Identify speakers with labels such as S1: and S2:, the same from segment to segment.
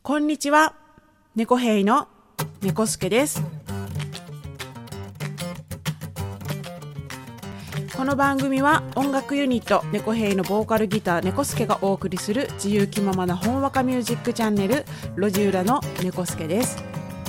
S1: こんにちは、猫兵の猫助です。この番組は音楽ユニット猫兵のボーカルギター猫助がお送りする自由気ままなほんわかミュージックチャンネル路地裏の猫助です。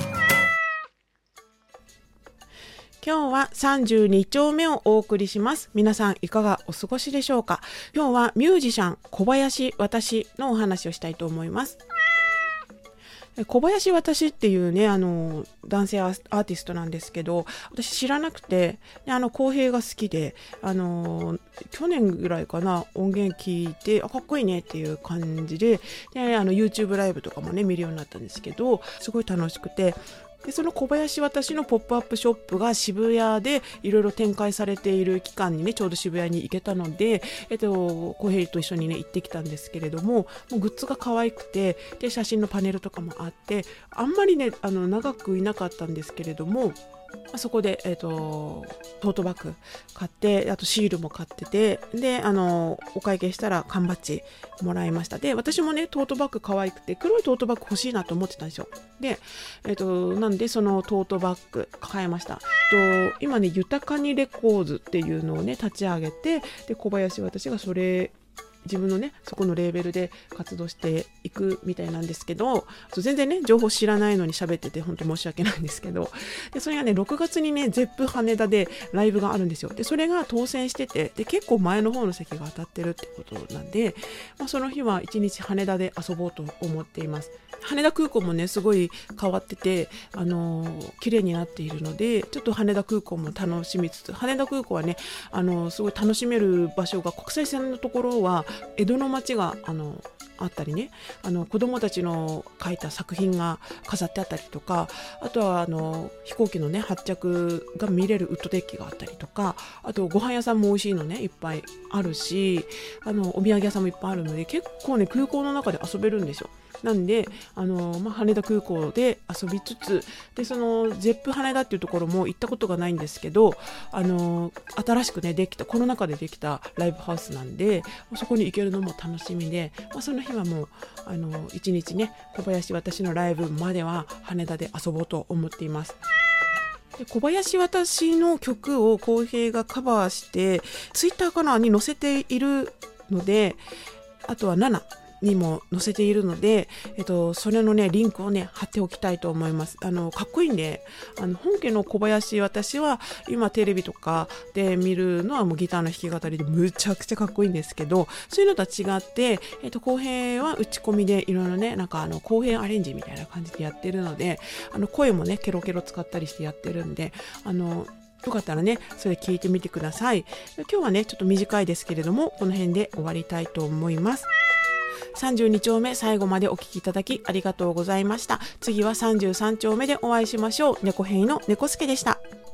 S1: 今日は32丁目をお送りします。皆さんいかがお過ごしでしょうか。今日はミュージシャン小林私のお話をしたいと思います。小林私っていうね、男性アーティストなんですけど、私知らなくて、公平が好きで、去年ぐらいかな、音源聞いて、かっこいいねっていう感じで、YouTube ライブとかもね、見るようになったんですけど、すごい楽しくて、でその小林私のポップアップショップが渋谷でいろいろ展開されている期間にね、ちょうど渋谷に行けたので、小平と一緒にね行ってきたんですけれども、もうグッズが可愛くて、で写真のパネルとかもあって、あんまりね長くいなかったんですけれども、そこで、トートバッグ買って、あとシールも買ってて、でお会計したら缶バッジもらいました。で私もねトートバッグ可愛くて、黒いトートバッグ欲しいなと思ってたんですよ。で、なんでそのトートバッグ買いました。今ね豊かにレコーズっていうのをね立ち上げて、で小林私がそれ自分のねそこのレーベルで活動していくみたいなんですけど、全然ね情報知らないのに喋ってて本当申し訳ないんですけど、でそれがね6月にねゼップ羽田でライブがあるんですよ。でそれが当選してて、で結構前の方の席が当たってるってことなんで、その日は1日羽田で遊ぼうと思っています。羽田空港もねすごい変わってて、綺麗になっているので、ちょっと羽田空港も楽しみつつ、羽田空港はねすごい楽しめる場所が、国際線のところは江戸の街があったりね、子供たちの描いた作品が飾ってあったりとか、あとは飛行機のね発着が見れるウッドデッキがあったりとか、あとご飯屋さんも美味しいのねいっぱいあるし、お土産屋さんもいっぱいあるので、結構ね空港の中で遊べるんですよ。なんで羽田空港で遊びつつ、でそのゼップ羽田っていうところも行ったことがないんですけど、新しくねできた、コロナ禍でできたライブハウスなんで、そこに行けるのも楽しみで、その日はもう一日ね小林私のライブまでは羽田で遊ぼうと思っています。で小林私の曲を浩平がカバーしてツイッターかなに載せているので、あとは7にも載せているので、それのねリンクをね貼っておきたいと思います。かっこいいんで、本家の小林私は今テレビとかで見るのはもうギターの弾き語りでむちゃくちゃかっこいいんですけど、そういうのとは違って、浩平は打ち込みでいろいろね、浩平アレンジみたいな感じでやってるので、声もねケロケロ使ったりしてやってるんで、よかったらねそれ聞いてみてください。今日はねちょっと短いですけれども、この辺で終わりたいと思います。32丁目最後までお聞きいただきありがとうございました。次は33丁目でお会いしましょう。猫兵の猫助でした。